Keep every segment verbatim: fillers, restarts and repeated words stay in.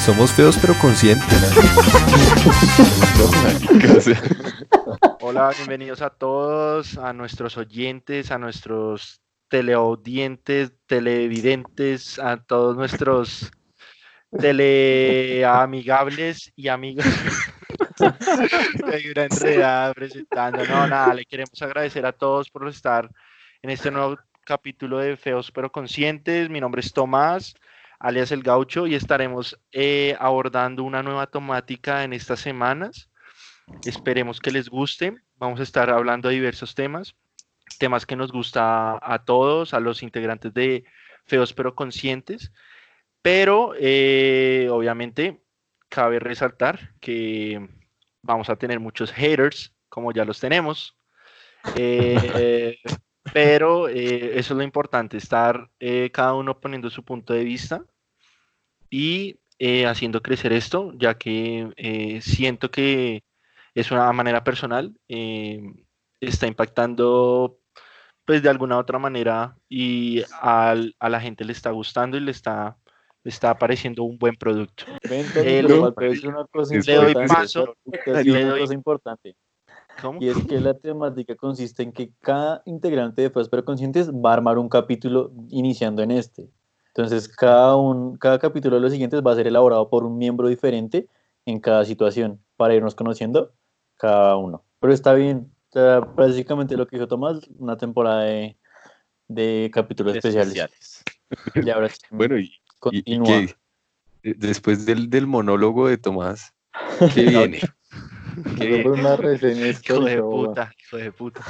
somos feos pero conscientes. Hola, bienvenidos a todos, a nuestros oyentes, a nuestros teleaudientes, televidentes, a todos nuestros teleamigables y amigos. Hay una enredada presentando. No, nada, le queremos agradecer a todos por estar en este nuevo capítulo de Feos pero Conscientes. Mi nombre es Tomás, alias El Gaucho, y estaremos eh, abordando una nueva temática en estas semanas. Esperemos que les guste. Vamos a estar hablando de diversos temas, temas que nos gusta a todos, a los integrantes de Feos pero Conscientes, pero eh, obviamente cabe resaltar que vamos a tener muchos haters, como ya los tenemos, eh, pero eh, eso es lo importante, estar eh, cada uno poniendo su punto de vista y eh, haciendo crecer esto, ya que eh, siento que es una manera personal, eh, está impactando pues de alguna otra manera y al, a la gente le está gustando y le está, le está pareciendo un buen producto. Ventas, Eh, pero le, falta decir una cosa le doy importante. paso, Falta decir le una doy, cosa importante. ¿cómo? Y es que la temática consiste en que cada integrante de Feos pero Conscientes va a armar un capítulo iniciando en este. Entonces, cada, un, cada capítulo de los siguientes va a ser elaborado por un miembro diferente en cada situación para irnos conociendo cada uno. Pero está bien. O sea, básicamente lo que dijo Tomás, una temporada de, de capítulos especiales. especiales. Y ahora sí, Bueno, y, y, y continúa. que eh, después del, del monólogo de Tomás, ¿qué viene? ¿Qué Eso fue viene? una reseña Hijo de histórica, boba. puta, hijo de puta.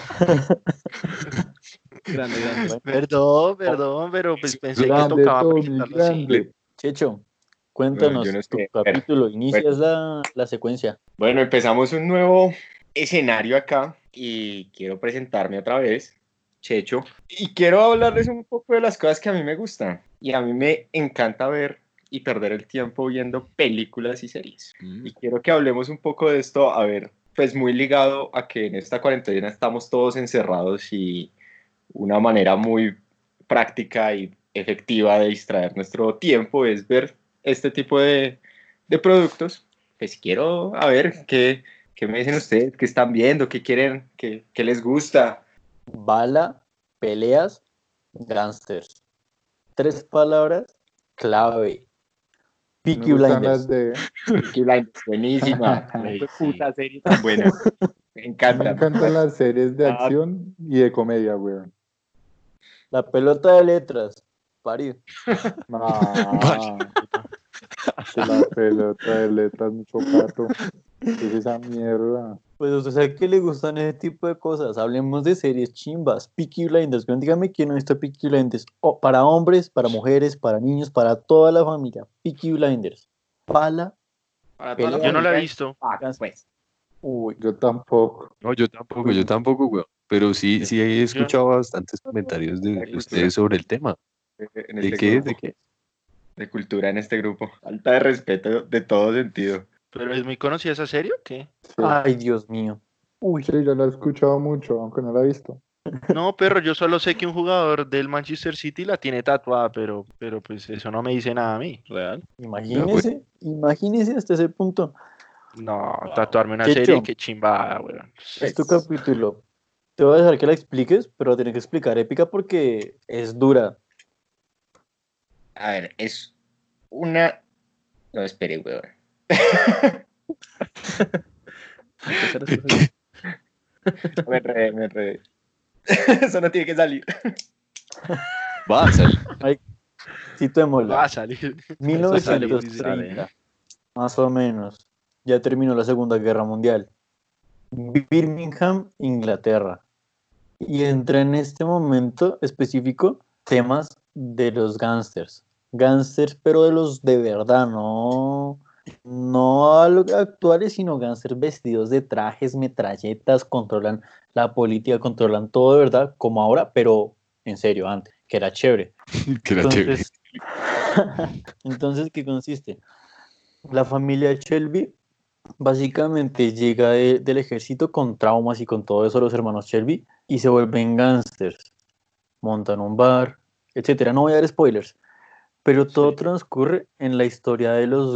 Grande, grande. Perdón, perdón, pero pues pensé que Grande, tocaba Tommy, presentarlo así. grande. Checho, cuéntanos Bueno, yo no tu sé. capítulo, inicias Bueno. la, la secuencia. Bueno, empezamos un nuevo escenario acá y quiero presentarme otra vez, Checho. Y quiero hablarles un poco de las cosas que a mí me gustan. Y a mí me encanta ver y perder el tiempo viendo películas y series. Mm. Y quiero que hablemos un poco de esto, a ver, pues muy ligado a que en esta cuarentena estamos todos encerrados y una manera muy práctica y efectiva de distraer nuestro tiempo es ver este tipo de, de productos. Pues quiero a ver qué, qué me dicen ustedes, qué están viendo, qué quieren, qué, qué les gusta. Bala, peleas, gangsters. Tres palabras clave. Me Peaky gustan Blinders. las de... Peaky Blinders, buenísima. Ay, Qué sí. puta serie tan buena. Me Me encanta. encantan las series de Ah. acción y de comedia, weón. La pelota de letras. Parido. Ah, que la pelota de letras, mucho pato. ¿Qué es esa mierda? Pues usted sabe que le gustan ese tipo de cosas. Hablemos de series chimbas. Peaky Blinders. Bueno, dígame quién no ha visto Peaky Blinders. Oh, para hombres, para mujeres, para niños, para toda la familia. Peaky Blinders. Bala. Para toda la Yo no la he familia, visto. ah, pues. Uy. Yo tampoco. No, yo tampoco, yo tampoco, weón. Pero sí, sí he escuchado bastantes comentarios de cultura. ustedes sobre el tema. En ¿De este qué? grupo, ¿De qué? de cultura en este grupo. Falta de respeto de todo sentido. Pero es muy conocida esa serie, ¿o qué? Sí. Ay, Dios mío. Uy. Sí, yo la he escuchado mucho, aunque no la he visto. No, perro, yo solo sé que un jugador del Manchester City la tiene tatuada, pero, pero pues eso no me dice nada a mí, real. Imagínese, imagínese hasta ese punto. No, tatuarme una Checho. serie, qué chimbada, weón. Es tu capítulo. Te voy a dejar que la expliques, pero tienes que explicar épica porque es dura. A ver, es una... No, espere, weón. me enredé, me enredé. Eso no tiene que salir. Va a salir. Citémosla. Va a salir. mil novecientos treinta, más o menos. Ya terminó la Segunda Guerra Mundial. Birmingham, Inglaterra. Y entra en este momento específico temas de los gángsters. Gángsters, pero de los de verdad, no, no a los actuales, sino gángsters vestidos de trajes, metralletas, controlan la política, controlan todo de verdad, como ahora, pero en serio, antes, que era chévere. Que era chévere. Entonces, entonces, ¿qué consiste? La familia Shelby básicamente llega de- del ejército con traumas y con todo eso, los hermanos Shelby, y se vuelven gángsters, montan un bar, etcétera. No voy a dar spoilers, pero todo Sí. transcurre en la historia de los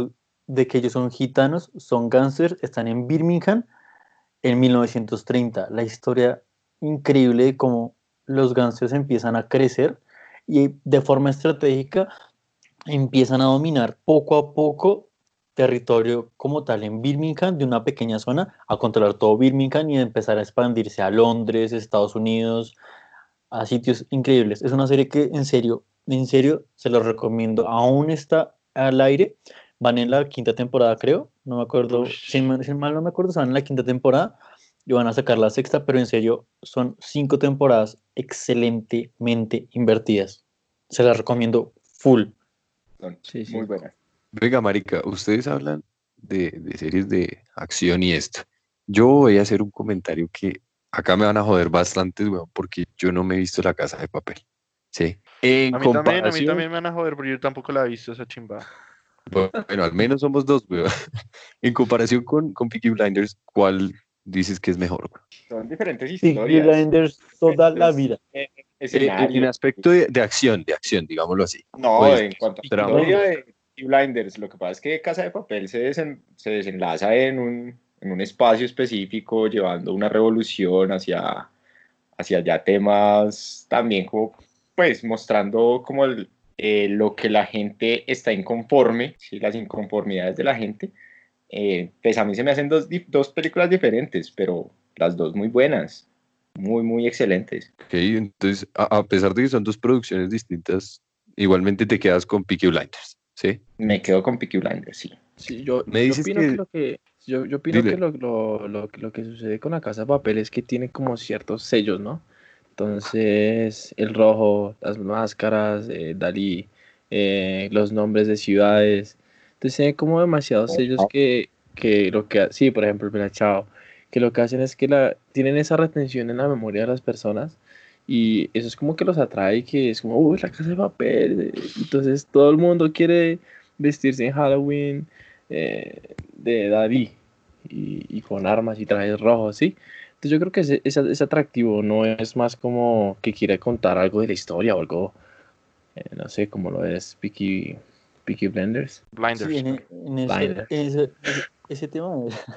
de que ellos son gitanos, son gángsters, están en Birmingham en mil novecientos treinta. La historia increíble de cómo los gángsters empiezan a crecer y de forma estratégica empiezan a dominar poco a poco territorio como tal en Birmingham, de una pequeña zona, a controlar todo Birmingham y empezar a expandirse a Londres, Estados Unidos, a sitios increíbles. Es una serie que en serio, en serio, se los recomiendo. Aún está al aire, van en la quinta temporada, creo, no me acuerdo, Ush. si mal, si mal no me acuerdo, están en la quinta temporada y van a sacar la sexta, pero en serio, son cinco temporadas excelentemente invertidas. Se las recomiendo full. Son Sí, sí. muy buenas. Venga, marica, ustedes hablan de, de series de acción y esto. Yo voy a hacer un comentario que acá me van a joder bastante, weón, porque yo no me he visto La Casa de Papel. Sí. En A mí también, a mí comparación, también me van a joder, pero yo tampoco la he visto esa chimba. bueno, al menos somos dos, weón. En comparación con, con Peaky Blinders, ¿cuál dices que es mejor, weón? Son diferentes Peaky historias. Blinders toda la diferentes, vida. eh, Eh, escenarios. en aspecto de, de acción, de acción, digámoslo así. No, Pues, en cuanto a trama. historia de Peaky Blinders, lo que pasa es que Casa de Papel se, desen- se desenlaza en un, en un espacio específico, llevando una revolución hacia, hacia ya temas también como, pues, mostrando como el, eh, lo que la gente está inconforme, ¿sí? Las inconformidades de la gente. Eh, pues a mí se me hacen dos, di- dos películas diferentes, pero las dos muy buenas, muy, muy excelentes. Ok, entonces, a, a pesar de que son dos producciones distintas, igualmente te quedas con Peaky Blinders, ¿sí? Me quedo con Peaky Blinders, sí. Sí, yo, Me yo dices opino que- que lo que yo, yo opino Dile. que lo, lo, lo, lo que sucede con la Casa de Papel es que tiene como ciertos sellos, ¿no? Entonces, el rojo, las máscaras, eh, Dalí, eh, los nombres de ciudades. Entonces, tiene como demasiados sellos que, que lo que, ha- sí, por ejemplo, el Bella Ciao, que lo que hacen es que la, tienen esa retención en la memoria de las personas y eso es como que los atrae, que es como, uy, la Casa de Papel. eh, Entonces, todo el mundo quiere vestirse en Halloween eh, de Dalí y, y con armas y trajes rojos, ¿sí? Entonces yo creo que es, es, es atractivo, no es más como que quiere contar algo de la historia o algo, eh, no sé, como lo es Peaky, Peaky Blinders. Blinders. Sí, en, e- en ese, Blinders. ese, ese, ese tema,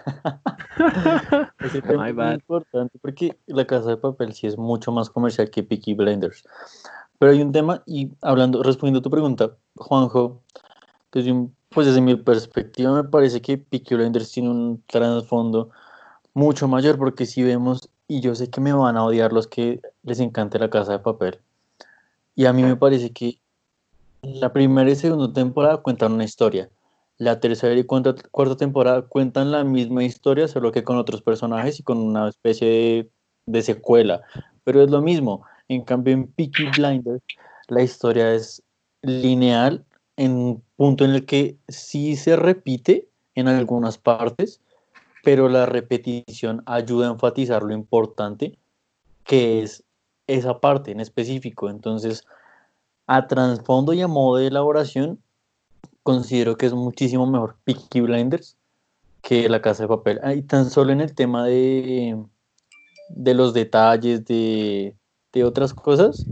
ese tema My es muy bad. importante porque La Casa de Papel sí es mucho más comercial que Peaky Blinders. Pero hay un tema, y hablando, respondiendo a tu pregunta, Juanjo, desde, un- pues desde mi perspectiva me parece que Peaky Blinders tiene un trasfondo mucho mayor porque si vemos, y yo sé que me van a odiar los que les encante La Casa de Papel, y a mí me parece que la primera y segunda temporada cuentan una historia. La tercera y cuarta, cuarta temporada cuentan la misma historia, solo que con otros personajes y con una especie de, de secuela. Pero es lo mismo. En cambio, en Peaky Blinders, la historia es lineal en un punto en el que sí se repite en algunas partes, pero la repetición ayuda a enfatizar lo importante que es esa parte en específico. Entonces, a trasfondo y a modo de elaboración, considero que es muchísimo mejor Peaky Blinders que La Casa de Papel. Ah, y tan solo en el tema de, de los detalles, de, de otras cosas,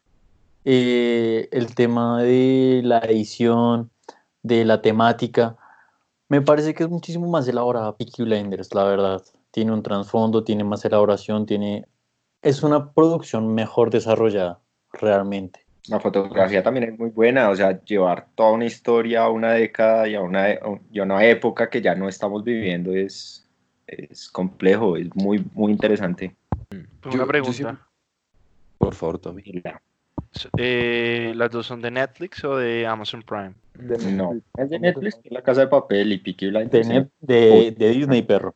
eh, el tema de la edición, de la temática, me parece que es muchísimo más elaborada Peaky Blinders, la verdad. Tiene un trasfondo, tiene más elaboración, tiene... es una producción mejor desarrollada, realmente. La fotografía también es muy buena, o sea, llevar toda una historia a una década y a una, y a una época que ya no estamos viviendo es, es complejo, es muy, muy interesante. Pues Yo- una yo pregunta. siempre- Por favor, Tommy. Mira, S- eh, ¿las dos son de Netflix o de Amazon Prime? De no, Netflix. es de Netflix, que es La Casa de Papel y Peaky De, Blinders. Net- de, de Disney, perro.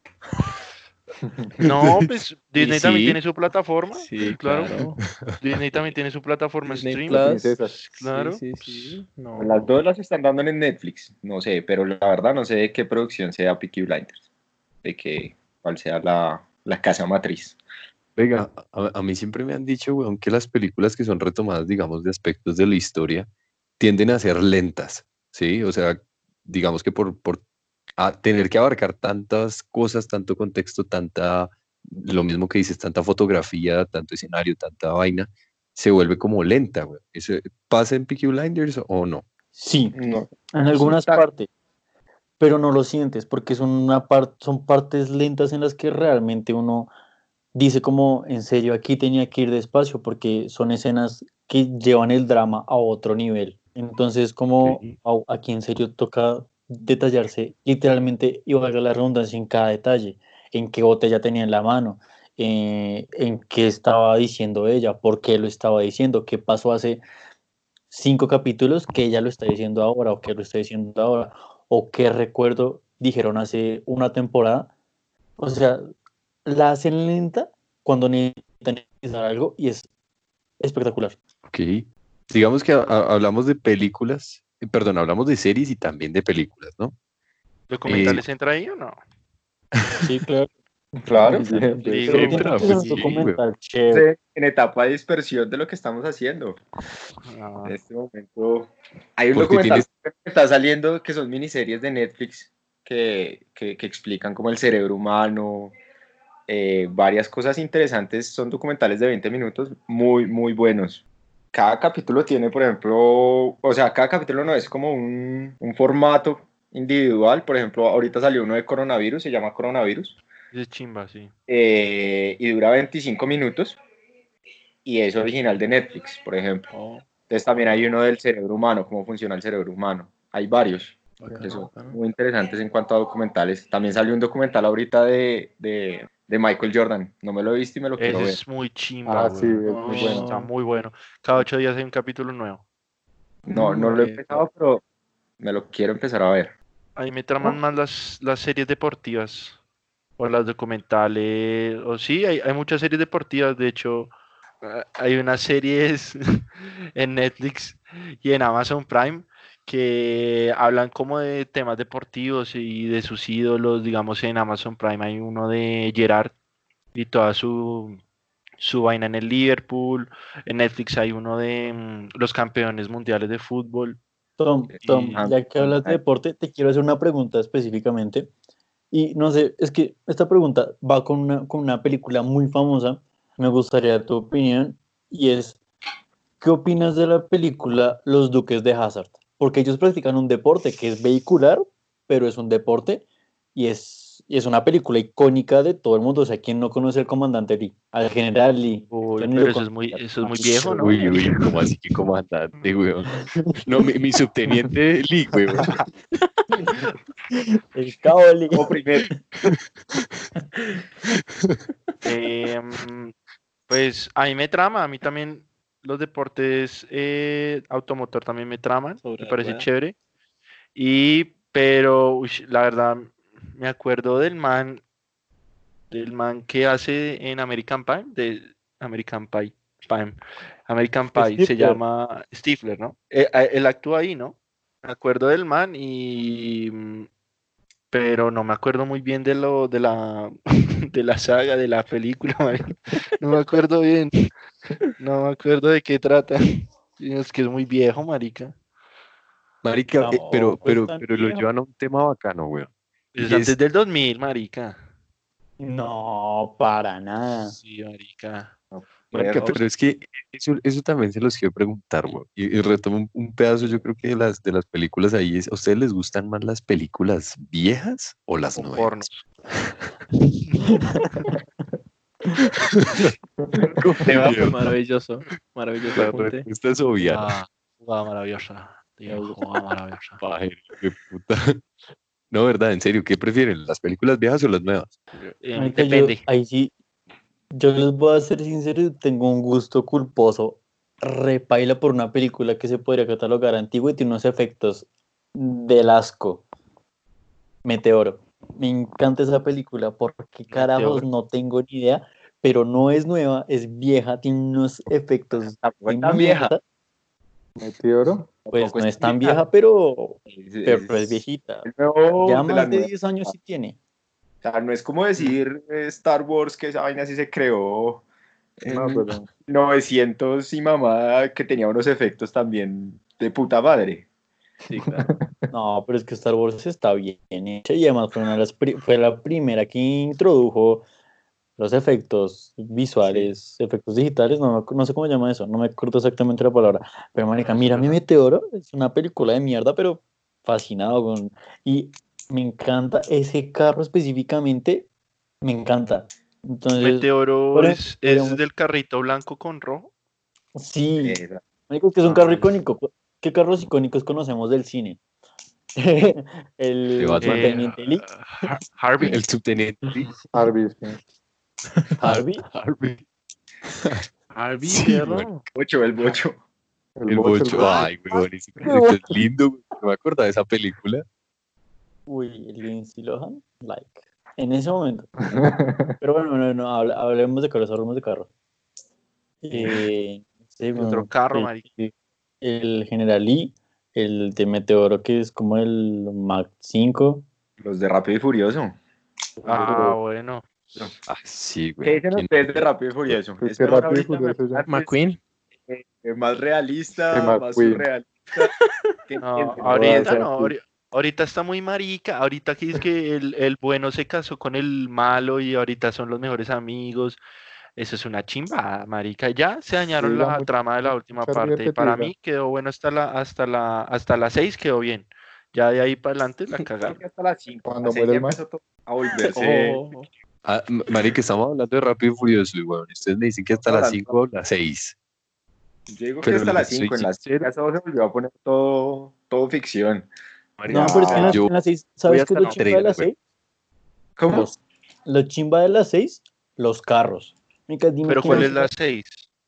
No, pues Disney también sí. tiene su plataforma. Sí, claro. claro. Disney también tiene su plataforma Disney stream. Plus. princesas. Claro. Sí, sí, sí. No. Las dos las están dando en Netflix, no sé, pero la verdad no sé de qué producción sea Peaky Blinders, de que, cuál sea la, la casa matriz. Venga, a, a mí siempre me han dicho, weón, que las películas que son retomadas, digamos, de aspectos de la historia, tienden a ser lentas, ¿sí? O sea, digamos que por, por a tener que abarcar tantas cosas, tanto contexto, tanta, lo mismo que dices, tanta fotografía, tanto escenario, tanta vaina, se vuelve como lenta, weón. ¿Eso pasa en Peaky Blinders o no? Sí, No, en algunas sí, ta- partes. pero no lo sientes porque son, una par- son partes lentas en las que realmente uno dice como, en serio, aquí tenía que ir despacio porque son escenas que llevan el drama a otro nivel. Entonces, como Ok. au, aquí en serio toca detallarse literalmente, y valga la redundancia, en cada detalle, en qué botella tenía en la mano, eh, en qué estaba diciendo ella, por qué lo estaba diciendo, qué pasó hace cinco capítulos que ella lo está diciendo ahora o que lo está diciendo ahora, o qué recuerdo dijeron hace una temporada. O sea, la hacen lenta cuando necesitan expresar algo y es espectacular. Ok. Digamos que a- a- hablamos de películas, eh, perdón, hablamos de series y también de películas, ¿no? Eh, ¿Documentales entra ahí o no? Sí, claro. Claro. Pero Digo, tiene entra, que ser pues un sí, güey. documental chévere. Sí, en etapa de dispersión de lo que estamos haciendo. ah, En este momento hay un Porque documental tienes, que está saliendo que son miniseries de Netflix que, que, que explican como el cerebro humano, eh, varias cosas interesantes. Son documentales de veinte minutos muy, muy buenos. Cada capítulo tiene, por ejemplo, o sea, cada capítulo no es como un, un formato individual. Por ejemplo, ahorita salió uno de coronavirus, se llama Coronavirus, es chimba, sí. eh, y dura veinticinco minutos y es original de Netflix, por ejemplo. Oh, Entonces también hay uno del cerebro humano, cómo funciona el cerebro humano. Hay varios que bacano, son bacano. muy interesantes en cuanto a documentales. También salió un documental ahorita de, de, de Michael Jordan. No me lo he visto y me lo quiero Ese ver. es muy chimba, Ah, sí, weón. es muy bueno. Está Oh, muy bueno. Cada ocho días hay un capítulo nuevo. No, no lo he eh, empezado, pero me lo quiero empezar a ver. A mí me traman más las, las series deportivas o las documentales. O sí, hay, hay muchas series deportivas. De hecho, ah, hay unas series en Netflix y en Amazon Prime que hablan como de temas deportivos y de sus ídolos. Digamos, en Amazon Prime hay uno de Gerard y toda su, su vaina en el Liverpool. En Netflix hay uno de mm, los campeones mundiales de fútbol. Tom, Tom, Y Ah, ya que hablas de deporte, te quiero hacer una pregunta específicamente. Y no sé, es que esta pregunta va con una, con una película muy famosa. Me gustaría tu opinión. Y es, ¿qué opinas de la película Los Duques de Hazard? Porque ellos practican un deporte que es vehicular, pero es un deporte y es, y es una película icónica de todo el mundo. O sea, ¿quién no conoce al comandante Lee? Al general Lee. uy, Yo ni pero lo eso es conozco. muy, eso es muy viejo, ¿no? uy, uy, ¿cómo así que comandante, weón? No, mi, mi subteniente Lee, weón. El cabo Lee. o primero. Em, pues a mí me trama, a mí también los deportes eh, automotor también me traman, sobre me la parece rueda. chévere. Y, pero, ush, la verdad, me acuerdo del man, del man que hace en American Pie, de American Pie, Pie, American Pie, se Stifler. llama Stifler, ¿no? Eh, eh, él actúa ahí, ¿no? Me acuerdo del man y, mm, pero no me acuerdo muy bien de lo, de la, de la saga, de la película, marica. No me acuerdo bien, no me acuerdo de qué trata. Es que es muy viejo, marica. Marica, eh, pero, Tampoco es pero, tan pero lo viejo. llevan a un tema bacano, weón. Es Y antes es, del dos mil, marica. No, para nada. Sí, marica. No, marica, perro. pero es que eso, eso también se los quiero preguntar, weón. Y, y retomo un, un pedazo, yo creo que de las, de las películas ahí es, ¿a ustedes les gustan más las películas viejas o las O nuevas? pornos. ¿Cómo, Te va Diego? Maravilloso, maravilloso La apunte. respuesta es obvia. Jugada, jugada maravillosa. Digo, jugada maravillosa. Paje, qué puta. No, verdad, en serio, ¿qué prefieren? ¿Las películas viejas o las nuevas? Em, Marica, yo, depende. ahí sí, yo les voy a ser sincero, tengo un gusto culposo, repaila por una película que se podría catalogar antigua y tiene unos efectos del asco. Meteoro. Me encanta esa película, porque carajos Meteor. no tengo ni idea, pero no es nueva, es vieja, tiene unos efectos Tampoco de es tan vieja. mierda. Meteoro. Pues Tampoco no es es tan tan vieja. vieja, pero, Es, pero es es viejita. el nuevo Ya de la más de nueva. diez años sí tiene. O sea, no es como decir eh, Star Wars, que esa vaina sí se creó No, en pero novecientos y mamá, que tenía unos efectos también de puta madre. Sí, claro. No, pero es que Star Wars está bien hecha y además fue, una de las pri- fue la primera que introdujo los efectos Sí. visuales, efectos digitales, no, me- no sé cómo se llama eso, no me acuerdo exactamente la palabra. Pero, marica, No, eso es mira, mi verdad. Meteoro es una película de mierda, pero fascinado con... Y Me encanta ese carro específicamente, me encanta. Entonces, Meteoro por es, ejemplo, es podríamos- del carrito blanco con rojo. sí, Esa. marico, que es un Ah, carro bueno. icónico. ¿Qué carros icónicos conocemos del cine? De El Batman. Eh, Teniente Lee, Har- Harvey. El subteniente Lee. Harvey, sí. Harvey. Harvey. Harvey, Sí, perro. marica. Bocho, el bocho. El, El bocho, el bocho. bocho. Ay, weón, ese carrito es lindo, güey. No me acordaba de esa película. Uy, Lindsay Lohan, like, en ese momento. Pero bueno, no, no, hable- hablemos de carros, hablemos de carros. Eh, sí, ¿Qué otro bueno, carro, el, marica? el General Lee, el de Meteoro, que es como el Mach cinco. Los de Rápido y Furioso. Ah, bueno. Ah, sí, ¿Qué güey. dicen ¿Quién- ustedes de Rápido y Furioso? Es ¿Es que mejor Rápido y ahorita, Furioso mejor ya- antes, McQueen. eh, eh, más realista, Que más McQueen. surrealista? ¿Qué No, entienden? ahorita ese no. aquí. ahori- Ahorita está muy marica. Ahorita aquí es que el, el bueno se casó con el malo y ahorita son los mejores amigos. Eso es una chimba, marica. Ya se dañaron Sí, la la mu- trama de la última mucha parte. Y para repetida. mí quedó bueno hasta la, hasta la, hasta las seis quedó bien. Ya de ahí para adelante la Creo cagaron. que hasta las cinco. Cuando A seis muere ya el man. empezó todo a volverse. Oh, Ah, m- marica, estamos hablando de Rápido y Furioso, y weón. Ustedes me dicen que hasta las Hablando. cinco o las seis. Yo digo que Pero hasta les las soy cinco. En las sincero. cinco se volvió a poner todo, todo ficción. No, pero es que en las, yo en las seis, voy ¿sabes qué hasta es lo la chimba de treinta, las güey. seis? ¿Cómo? Los, lo chimba de las seis, los carros. Mica, dime Pero quién ¿cuál es es la seis?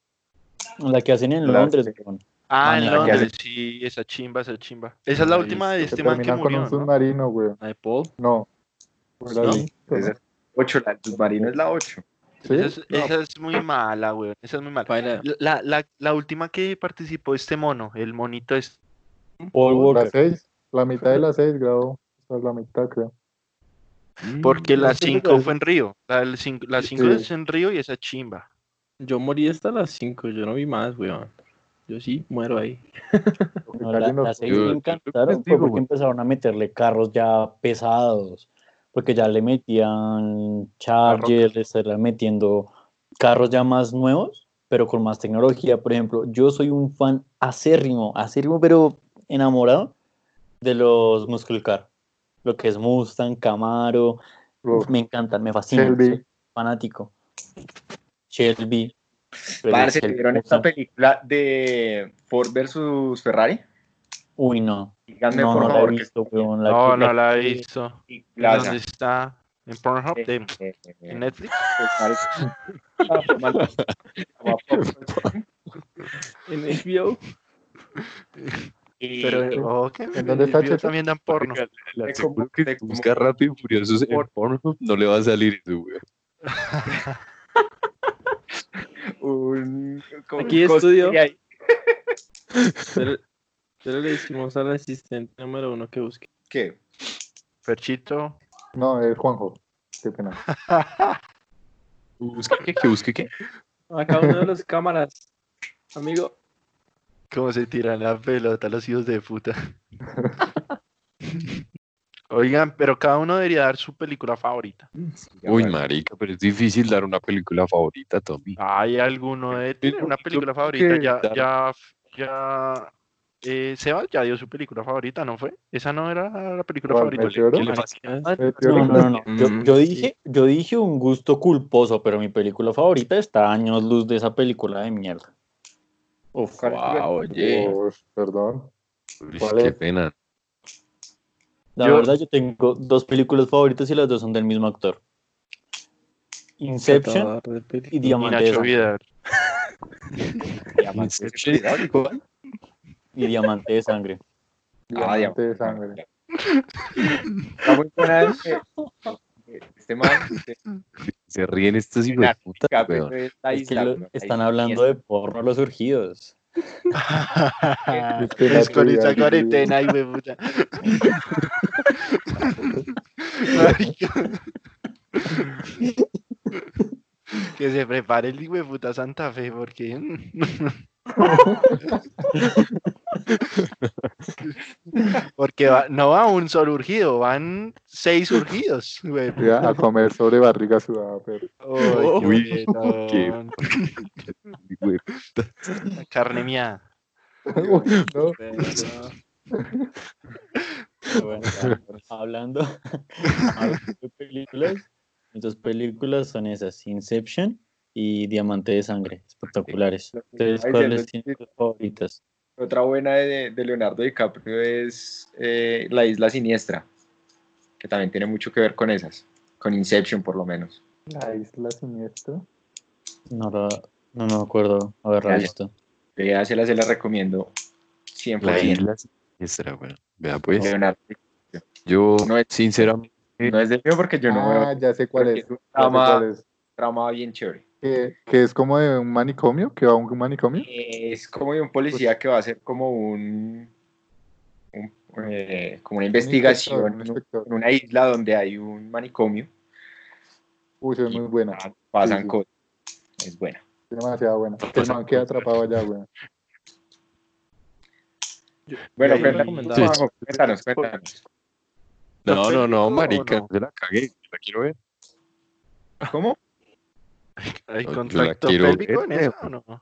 la que hacen en La Londres, seis. weón. Ah, en Mañana. Londres, sí, esa chimba, esa chimba. Esa es la No la he última de visto. este Que man que terminan con murió, un ¿no? submarino, güey. ¿la de Paul? No. Fue la ¿No? cinco, ¿no? Esa es ocho, la del submarino es la ocho. ¿Sí? Esa es, esa es muy mala, weón. Esa es muy mala. Baila. La, la, la última que participó este mono, el monito es. Paul La Walker. seis. La mitad de la seis grabó. O sea, la mitad, creo. Porque Mm, la ¿no te cinco parece? fue en Río. La, el cinco la cinco Sí. es en Río y esa es chimba. Yo morí hasta las cinco, yo no vi más, weón. Yo sí muero ahí. Lo que No, casi la, nos- las seis Yo- me yo lo que encantaron les fue digo, porque güey. empezaron a meterle carros ya pesados, porque ya le metían Charger, le estaban metiendo carros ya más nuevos, pero con más tecnología. Por ejemplo, yo soy un fan acérrimo, acérrimo, pero enamorado de los Muscle Car, lo que es Mustang, Camaro, Uf, me encantan, me fascinan, Shelby. soy fanático. Shelby. pero Parce, Shelby ¿vieron esta Mustang, película de Ford versus Ferrari? uy, no. Díganme No, por no la he favor. que- visto, weón, la No, que- no la he que- visto. y ¿En Plaza. dónde está? ¿En Pornhub? Eh, ¿De- eh, eh, ¿En Netflix? pues, marica, ah, fue mal- como a- En H B O. y- Pero, oh, ¿qué? ¿En dónde está Yo Checho? también dan porno. Marica, le de aseguro como- que de si como- busca Rápido y Furiosos en por- Pornhub, no le va a salir eso, güey. un, como Aquí un cosplay estudio. ahí. Pero, pero le decimos al asistente número uno que busque. ¿Qué? Perchito. No, es Juanjo. Qué pena. ¿Busque qué? ¿Que busque qué? Acá uno de los cámaras. Amigo. ¿Cómo se tiran la pelota los hijos de puta? Oigan, pero cada uno debería dar su película favorita. Ya, Uy, bueno. marica, pero es difícil dar una película favorita, Tommy. ¿Hay alguno de tener una Yo película creo favorita? que Ya, dar- ya, ya. Eh, Sebas ya dio su película favorita, ¿no fue? Esa no era la película ¿Cuál, favorita. Meteoro? ¿Qué le Marica, fascina? Meteoro. No, no, no, no. Yo, Mm, yo sí. dije, yo dije un gusto culposo, pero mi película favorita está a años luz de esa película de mierda. Uf, ¿Cuál es tu Wow, oye. Uy, perdón. Uy, ¿Cuál qué es? pena. la Yo- verdad yo tengo dos películas favoritas y las dos son del mismo actor. Inception Catador de películas. y Y Diamante de Nacho Sangre. Vidal. Diamante, Inception y cuidado. ¿cuál? Y Diamante de Sangre. Ah, Diamante de Diamante. sangre. Está muy buena. eh, Este man. este- Se ríen estos hijos de puta, Escape weón. de esta Es que isla, lo- weón. están Ahí- hablando de porno los surgidos. Es que la Es con esta actividad- cuarentena, hijo de puta. Marica. Que se prepare el hijo de puta Santa Fe, porque. Porque va- no va un solo urgido, van seis urgidos, güey. Ya, a comer sobre barriga sudada, pero Ay, qué Uy, buenón. Güey, Carne mía. Uy, no. Pero bueno, Hablando, hablando de películas, mis dos películas son esas, Inception y Diamante de Sangre, espectaculares. Lo que ¿Ustedes estaba cuáles diciendo, tienen sus favoritas? otra buena de, de Leonardo DiCaprio es eh, La Isla Siniestra, que también tiene mucho que ver con esas, con Inception por lo menos. La isla siniestra. No, la- no me acuerdo haberla Ya, visto. ya se la, se la recomiendo cien por La ciento. isla siniestra, weón. Vea pues, Leonardo, yo no es, sinceramente, no es de mío porque yo no Ah, veo, ya sé cuál porque es. es un Ya sé cuál trama, es. trama bien chévere. Que, que es como de un manicomio, que va a un manicomio. Es como de un policía que va a hacer como un, un, eh, como una investigación un en, un- inspector. en una isla donde hay un manicomio Uy, sí, es y muy buena. pasan Sí, sí. cosas. Es buena. Es demasiado buena. Que el man queda atrapado allá, güey. Bueno, ahí- cuéntanos, recomendado. Juanjo, cuéntanos, cuéntanos. no, no, no, ¿Pélvico o marica, no? yo la cagué, la quiero ver. ¿Cómo? ¿Hay No, yo la contacto quiero pélvico ver, en eso weón. o no?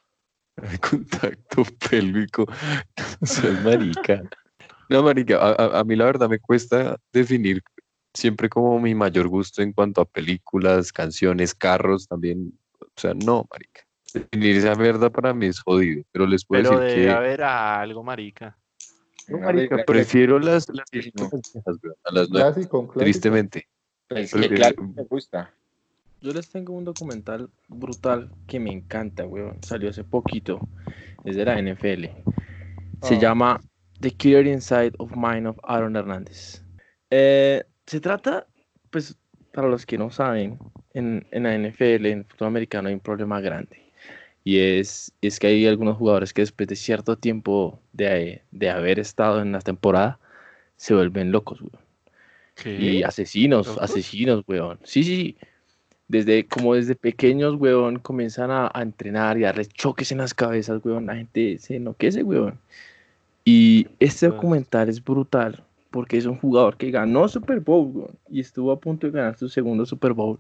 Contacto pélvico, no seas marica. No, marica, a, a- a mí la verdad me cuesta definir siempre como mi mayor gusto en cuanto a películas, canciones, carros también. O sea, no, marica. Definir esa mierda para mí es jodido, pero les puedo Pero decir debe que, haber algo, marica. no, Una marica, película prefiero las, las que- películas viejas, weón, a Un las nuevas, clásico, un clásico. tristemente. Pues Pero, que eh, claro que me gusta. Yo les tengo un documental brutal que me encanta, weón. Salió hace poquito. Es de la N F L. Se Ah. llama The Killer Inside of Mind of Aaron Hernández. Eh, se trata, pues, para los que no saben, en, en la N F L, en el fútbol americano, hay un problema grande. Y es, es que hay algunos jugadores que después de cierto tiempo de, de haber estado en la temporada, se vuelven locos, weón. ¿Qué? Y asesinos, ¿Locos? asesinos, weón. Sí, sí, sí. Desde, como desde pequeños, weón, comienzan a, a entrenar y a darles choques en las cabezas, weón. La gente se enloquece, weón. Y este Pues, documental es brutal porque es un jugador que ganó Super Bowl, weón, y estuvo a punto de ganar su segundo Super Bowl.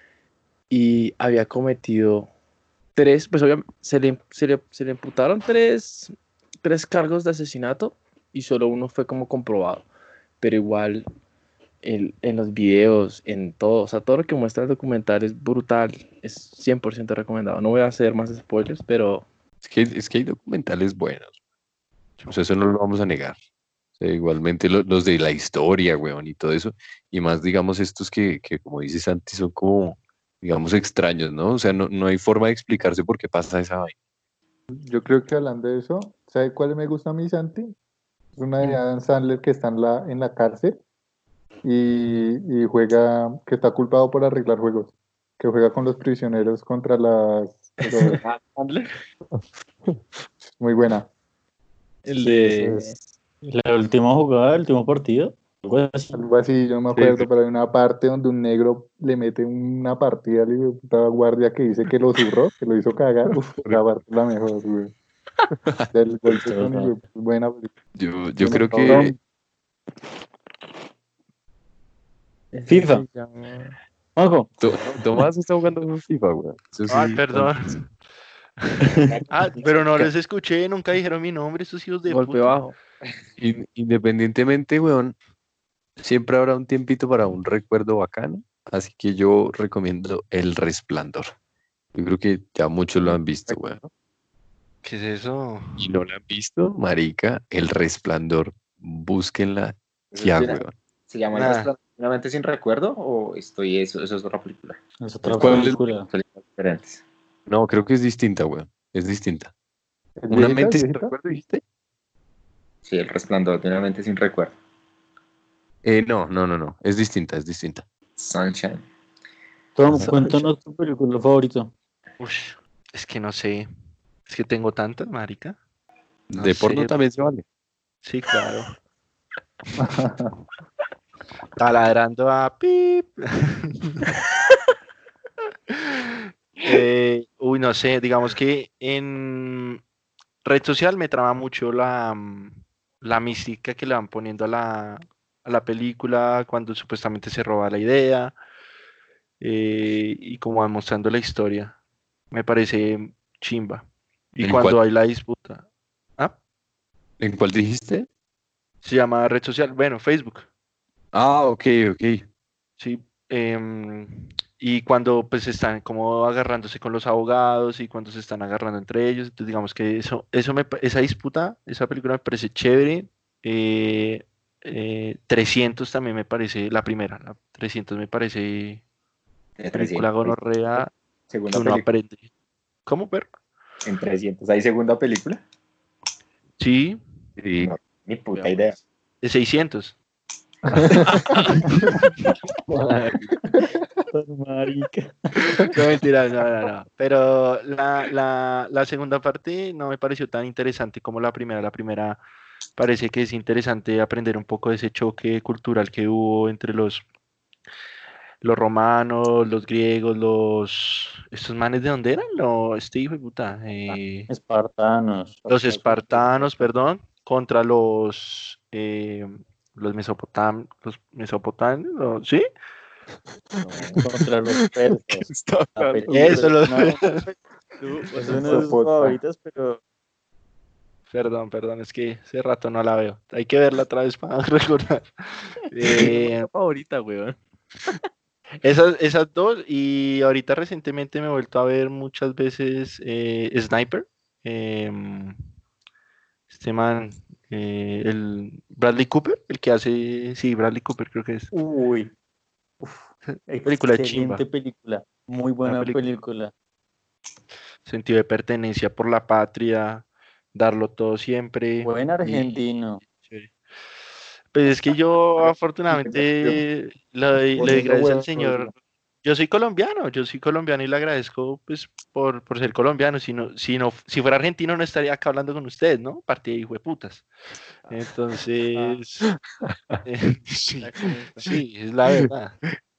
Y había cometido tres, pues obviamente se le, se le, se le imputaron tres, tres cargos de asesinato y solo uno fue como comprobado. Pero igual el- en los videos, en todo, o sea, todo lo que muestra el documental es brutal, es cien por ciento recomendado. No voy a hacer más spoilers, pero Es que, es que hay documentales buenos. O sea, eso no lo vamos a negar. O sea, igualmente lo- los de la historia, weón, y todo eso. Y más, digamos, estos que, que como dice Santi, son como, digamos, extraños, ¿no? O sea, no, no hay forma de explicarse por qué pasa esa vaina. Yo creo que hablando de eso, ¿sabe cuál me gusta a mí, Santi? Es una de Adam Sandler que está en la, en la cárcel y, y juega, que está culpado por arreglar juegos, que juega con los prisioneros contra las... pero Handler. muy buena. el Sí, de... esa es la última jugada, el último partido. Algo así. Algo así, yo no me acuerdo, pero hay una parte donde un negro le mete una partida al hijo de puta guardia que dice que lo zurró, que lo hizo cagar. Uf, la parte es la mejor, güey. Del golpe con hijo de puta, buena película. Yo, yo Bueno, creo cabrón, que ese FIFA. se llama- Juanjo, To- Tomás está jugando FIFA, weón. Eso Ay, sí, perdón. Ah, pero no les escuché, nunca dijeron mi nombre, esos hijos de Golpe puta. bajo. in- independientemente, weón, siempre habrá un tiempito para un recuerdo bacano. Así que yo recomiendo El Resplandor. Yo creo que ya muchos lo han visto, weón. ¿Qué es eso? Y no la han visto, marica, El Resplandor. Búsquenla Eso ya, es una- weón. ¿Se llama Nah. El Resplandor de una mente sin recuerdo o estoy eso, eso es otra película? es otra ¿Cuál es? película. Películas diferentes. No, creo que es distinta, weón. Es distinta. ¿es ¿Una viejita, mente es sin viejita? recuerdo, dijiste? Sí, El Resplandor de una mente sin recuerdo. Eh, no, no, no, no. Es distinta, es distinta. Sunshine. Tom, cuéntanos tu película favorita. Ush, es que no sé. Es que tengo tantas, marica. No De porno sé. también se vale. Sí, claro. Taladrando a pip. Eh, uy, no sé, digamos que en red social me trama mucho la, mm, la mística que le van poniendo a la, a la película cuando supuestamente se roba la idea eh, y como van mostrando la historia. Me parece chimba. Y ¿En cuando cuál? hay la disputa. ¿Ah? ¿En cuál dijiste? Se llama red social, bueno, Facebook. Ah, ok, ok. Sí. em, y cuando pues están como agarrándose con los abogados y cuando se están agarrando entre ellos, entonces digamos que eso, eso me, pa- esa disputa, esa película me parece chévere. eh, eh, trescientos también me parece, la primera, la trescientos me parece De película trescientos. gonorrea que Segunda uno película. aprende. ¿Cómo, perro? En trescientos hay segunda película. Sí, Sí. No, ni puta Veamos. idea. de seiscientos. Marica. No, mentira, no, no, no. Pero la, la, la segunda parte no me pareció tan interesante como la primera. La primera parece que es interesante aprender un poco de ese choque cultural que hubo entre los, los romanos, los griegos, los... ¿Estos manes de dónde eran? No, este hijo de puta. eh, Espartanos. los espartanos, perdón, contra los... eh, los mesopotam, los mesopotamios, ¿no? ¿Sí? Contra los persas. ¿Qué está La hablando, película Eso, es lo... una, Tú, es what the una de fuck? sus Sopota. favoritas, pero Perdón, perdón, es que hace rato no la veo. Hay que verla otra vez para recordar. Eh, Mi favorita, weón. esas, esas dos, y ahorita recientemente me he vuelto a ver muchas veces eh, Sniper. em, este man, eh, el Bradley Cooper, el que hace, sí, Bradley Cooper creo que es. uy, uf, Película de chimba, excelente película. Muy una buena película, película. sentido de pertenencia por la patria, darlo todo siempre. Buen Y argentino. chévere. Pues es que yo afortunadamente le doy, le doy Poniendo gracias al huevos, Señor. Yo soy colombiano, yo soy colombiano y le agradezco pues por, por ser colombiano. Si no, si no, si fuera argentino no estaría acá hablando con ustedes, ¿no? Partida de hijo de putas. Entonces, eh, sí, Ya comenzó. sí, es la verdad.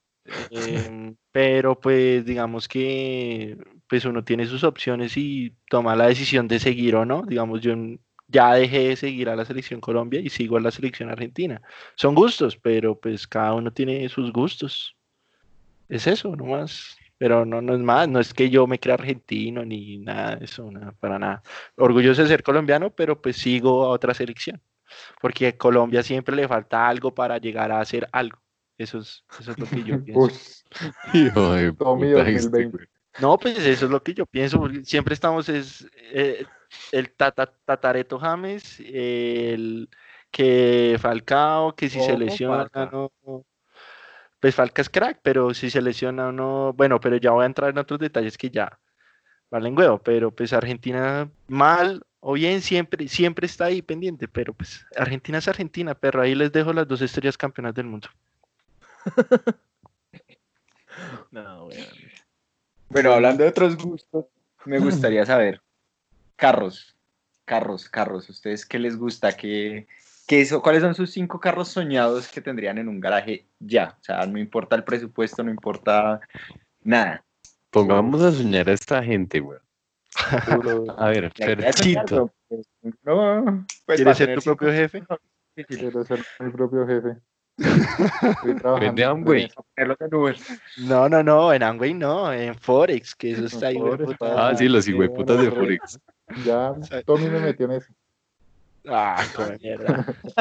Em, pero pues digamos que pues uno tiene sus opciones y toma la decisión de seguir o no. Digamos, yo n- ya dejé de seguir a la selección Colombia y sigo a la selección Argentina. Son gustos, pero pues cada uno tiene sus gustos. Es eso, nomás. Pero no, no es más, no es que yo me crea argentino ni nada de eso, nada, para nada. Orgulloso de ser colombiano, pero pues sigo a otra selección, porque a Colombia siempre le falta algo para llegar a hacer algo. Eso es, eso es lo que yo pienso. Uy, Hijo de Tommy puta este, dos mil veinte. güey. No, pues eso es lo que yo pienso, porque siempre estamos, es eh, el tata- Tatareto James, el que Falcao, que si se Ojo, lesiona, Falca. no, no, pues Falca es crack, pero si se lesiona o no, bueno, pero ya voy a entrar en otros detalles que ya valen huevo, pero pues Argentina mal o bien siempre, siempre está ahí pendiente, pero pues Argentina es Argentina, pero ahí les dejo las dos estrellas campeonas del mundo. No, weón. Bueno, hablando de otros gustos, me gustaría saber, carros, carros, carros, ¿ustedes qué les gusta? ¿Qué, qué eso, ¿cuáles son sus cinco carros soñados que tendrían en un garaje ya? O sea, no importa el presupuesto, no importa nada. Pongamos a soñar a esta gente, güey. Duro. A ver, La idea es soñar, Ferchito. pero, pues, no, pues ¿Quieres para ser tener tu cinco propio jefe? carros, sí, sí. Quiero ser mi propio jefe. Estoy trabajando Vende en Amway. eso. Ponerlos en Uber. No, no, no, en Amway no, en Forex, que eso está ahí, Pobre hueputa. Ah, sí, los sí, hijueputas de no, Forex. Ya Tommy me metió en eso. Ah, come mierda.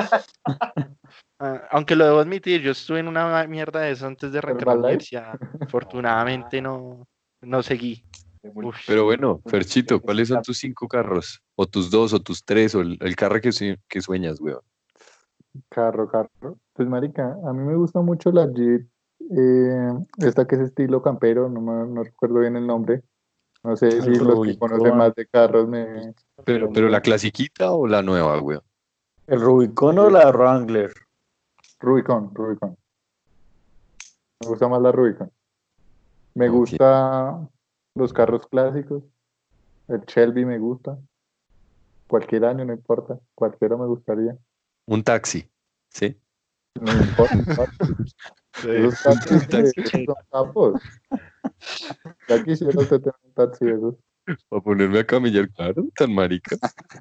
Ah, aunque lo debo admitir, yo estuve en una mierda de eso antes de arrancar la Herbalife. universidad. Afortunadamente no, no seguí. Uf. Pero bueno, Ferchito, ¿cuáles son tus cinco carros? O tus dos, o tus tres, o el, el carro que, sue- que sueñas, güey. Carro, carro. Pues marica, a mí me gusta mucho la Jeep, eh, esta que es estilo campero, no, me- no recuerdo bien el nombre. No sé si El los que Rubicon. conocen más de carros me... Pero, pero la clasiquita o la nueva, güey. ¿El Rubicon o la Wrangler? Rubicon, Rubicon. Me gusta más la Rubicon. Me Ok. gusta los carros clásicos. El Shelby me gusta. Cualquier año, no importa. Cualquiera me gustaría. Un taxi, ¿sí? No me importa. Esos taxis de- esos son capos. Ya quisiera usted tener un taxi de esos. Para ponerme a camellar, claro, tan marica.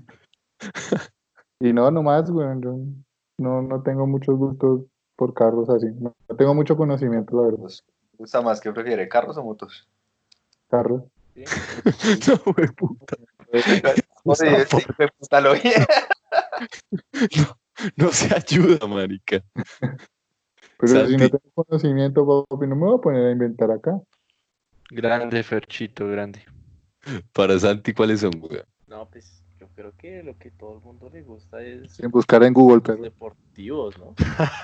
Y no, nomás, güey. Yo no, no tengo muchos gustos por carros así. No, no tengo mucho conocimiento, la verdad. ¿Te gusta más que prefiere, carros o motos? Carros. No, güey, puta. Oye, este hijo de puta lo vi. No, no se ayuda, marica. Pero si no Santi, tengo conocimiento, papi, no me voy a poner a inventar acá. Grande, Ferchito, grande. para Santi, ¿cuáles son, weón? No, pues yo creo que lo que todo el mundo le gusta es Sin buscar en Google, los pero deportivos, ¿no?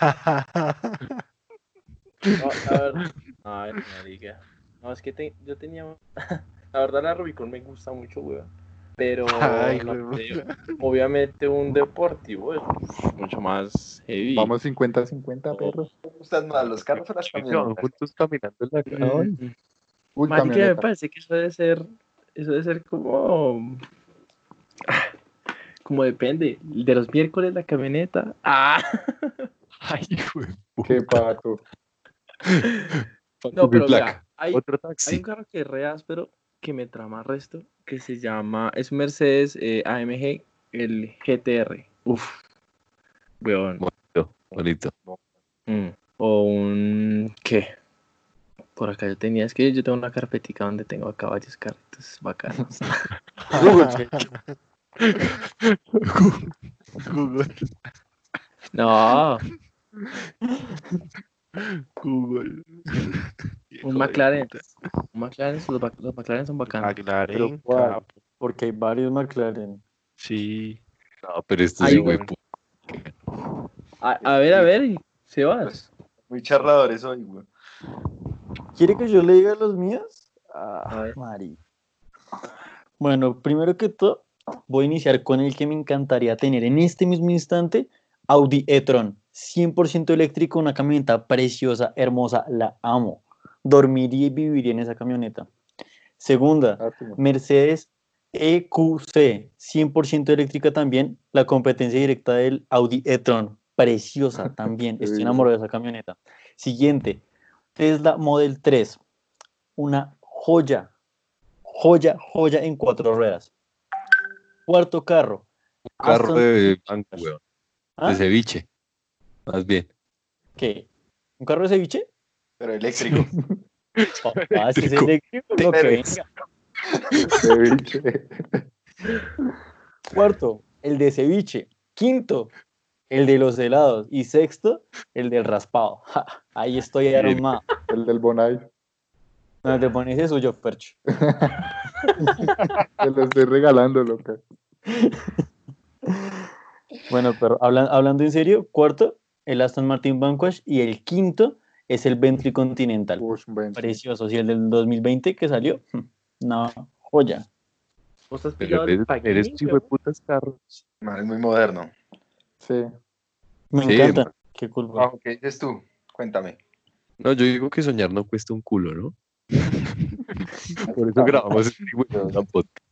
No, la verdad, a ver, marica. No, es que te- yo tenía, la verdad la Rubicon me gusta mucho, weón. Pero, Ay, no güey. sé, obviamente un deportivo es mucho más heavy. vamos cincuenta cincuenta, perro. ¿Te gustan más los carros o las Se van camionetas? juntos caminando en la calle. Mm, Uy, marica, me camioneta. parece que eso debe ser, eso debe ser como, como depende. De los miércoles la camioneta. Ah, Ay, güey. Qué pato. no, Mi pero placa. mira, hay, Otro hay taxi. un carro que es re áspero, que me trama resto, que se llama, es un Mercedes eh, A M G, el G T R. Uf, weón. Bonito, bonito. Mm. O un, ¿qué? Por acá yo tenía, es que yo tengo una carpetica donde tengo acá varios carritos bacanos. Google. No, Google. un McLaren. Un McLaren, los, bac- los McLaren son bacanos. Pero McLaren, ¿cuál? capo. Porque hay varios McLaren. Sí. No, pero esto Ay, sí, güey. weón. A, a ver, a ver, Sebas. Muy charladores hoy, güey. ¿Quiere que yo le diga los míos? A Ah, ver. Mari. Bueno, primero que todo, voy a iniciar con el que me encantaría tener en este mismo instante, Audi e-tron, cien por ciento eléctrico, una camioneta preciosa, hermosa, la amo. Dormiría y viviría en esa camioneta. Segunda, Lástima. Mercedes E Q C, cien por ciento eléctrica también, la competencia directa del Audi e-tron, preciosa también, Qué estoy bien. enamorado de esa camioneta. Siguiente, Tesla Model tres, una joya, joya, joya en cuatro ruedas. Cuarto carro, Carro Aston de banco, weón. ¿Ah? De ceviche. Más bien. ¿Qué? ¿Un carro de ceviche? Pero eléctrico. Papá, si es eléctrico, lo que Pérez. venga. Ceviche. Cuarto, el de ceviche. Quinto, el de los helados. Y sexto, el del raspado. Ja, ahí estoy armado. El del Bonai. No te pones eso, yo, Percho. Te lo estoy regalando, loca. Bueno, pero hablan- hablando en serio, cuarto, el Aston Martin Vanquish. Y el quinto es el Bentley Continental. Uy, ven. Precioso. Y el del dos mil veinte que salió, no, joya. ¿Vos has Pero pillado el eres, Pagini, eres hijo de weón? putas carros. Man, es muy moderno. Sí. Me Sí, encanta. Qué cool. güey. Juanjo, ¿qué dices tú? Cuéntame. No, yo digo que soñar no cuesta un culo, ¿no? Por eso grabamos este güey, una podcast.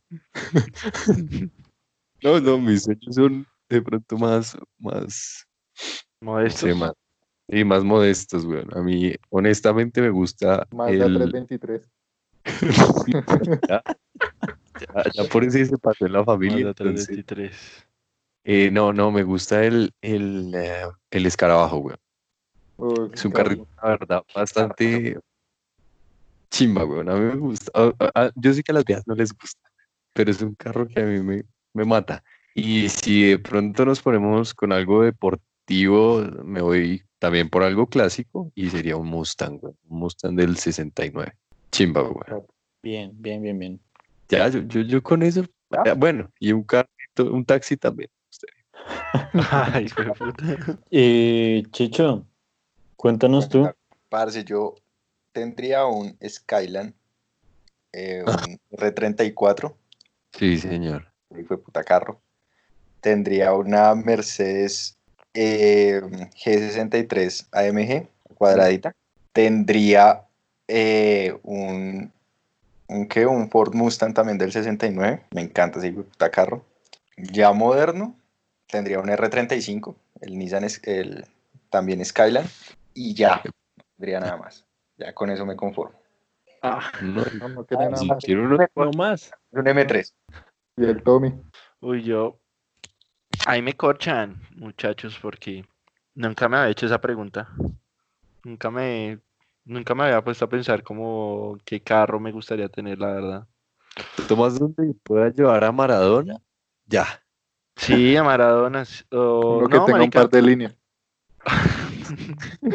No, no, mis sueños son de pronto más, más, no Modestos. sé, más, y más modestos, güey. A mí, honestamente, me gusta Mazda el... trescientos veintitrés. ya, ya, ya por eso se pasó en la familia, Mazda entonces... trescientos veintitrés. eh, no, no, me gusta el, el, eh, el escarabajo, güey. Uy, Es un qué carrito, la verdad, bastante chimba, güey. A mí me gusta. A- a- a- yo sé que a las viejas no les gusta, pero es un carro que a mí me, me mata. Y si de pronto nos ponemos con algo deportivo, me voy también por algo clásico y sería un Mustang, güey. Un Mustang del sesenta y nueve. Chimba, güey. Bien, bien, bien, bien. Ya, yo, yo, yo con eso. eh, Bueno, y un carrito, un taxi también. Ay, hijo de puta. Eh, Chicho, cuéntanos tú. Parce, yo tendría un Skyline, eh, un R treinta y cuatro, Sí, señor. y fue puta carro. Tendría una Mercedes eh, G sesenta y tres A M G, cuadradita. Tendría eh, un, un, ¿qué? un Ford Mustang también del sesenta y nueve. Me encanta ese puta carro. Ya moderno, tendría un R treinta y cinco, el Nissan, es- el, también Skyline. Y ya, no tendría nada más. Ya con eso me conformo. Ah, No, No, no quiere nada si más. quiero uno, no más. Un M tres. Y el Tommy. Uy, yo. Ahí me corchan, muchachos, porque nunca me había hecho esa pregunta. Nunca me, nunca me había puesto a pensar como qué carro me gustaría tener, la verdad. tomas donde pueda llevar a Maradona, ya. Sí, a Maradona. s- o- Uno que no, tenga un marica. par de líneas.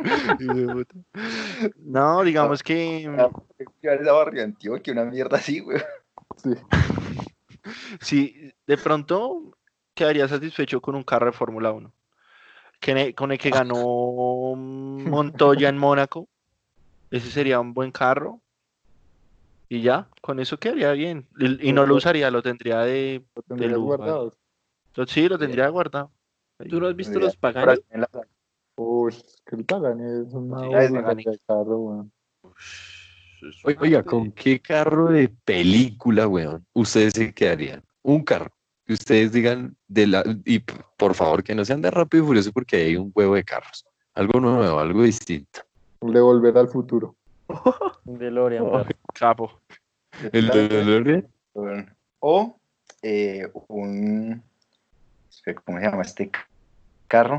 No, digamos que Llevar esa barrio Antioquia, una mierda así, güey. Sí. sí, de pronto quedaría satisfecho con un carro de Fórmula uno. Que ne- con el que ganó Montoya en Mónaco. Ese sería un buen carro. Y ya, con eso quedaría bien. Y, y no lo usaría, lo tendría de, Lo de tendrías lujo. ahí. guardado. Lo- Sí, lo tendría guardado. ¿Tú no has visto Tendría los Pagani? corazón en la sangre. Uy, es que el Pagani es una Sí, el bolita Pagani. de carro, weón. Es Oiga, un Oiga, arte. ¿con qué carro de película, weón, ustedes se quedarían? Un carro. Que ustedes digan de la. Y p- por favor, que no sean de Rápido y Furioso porque hay un huevo de carros. Algo nuevo, algo distinto. De volver al futuro. Un DeLorean, perro. Capo. El DeLorean. O eh, un. espera, ¿cómo se llama este carro?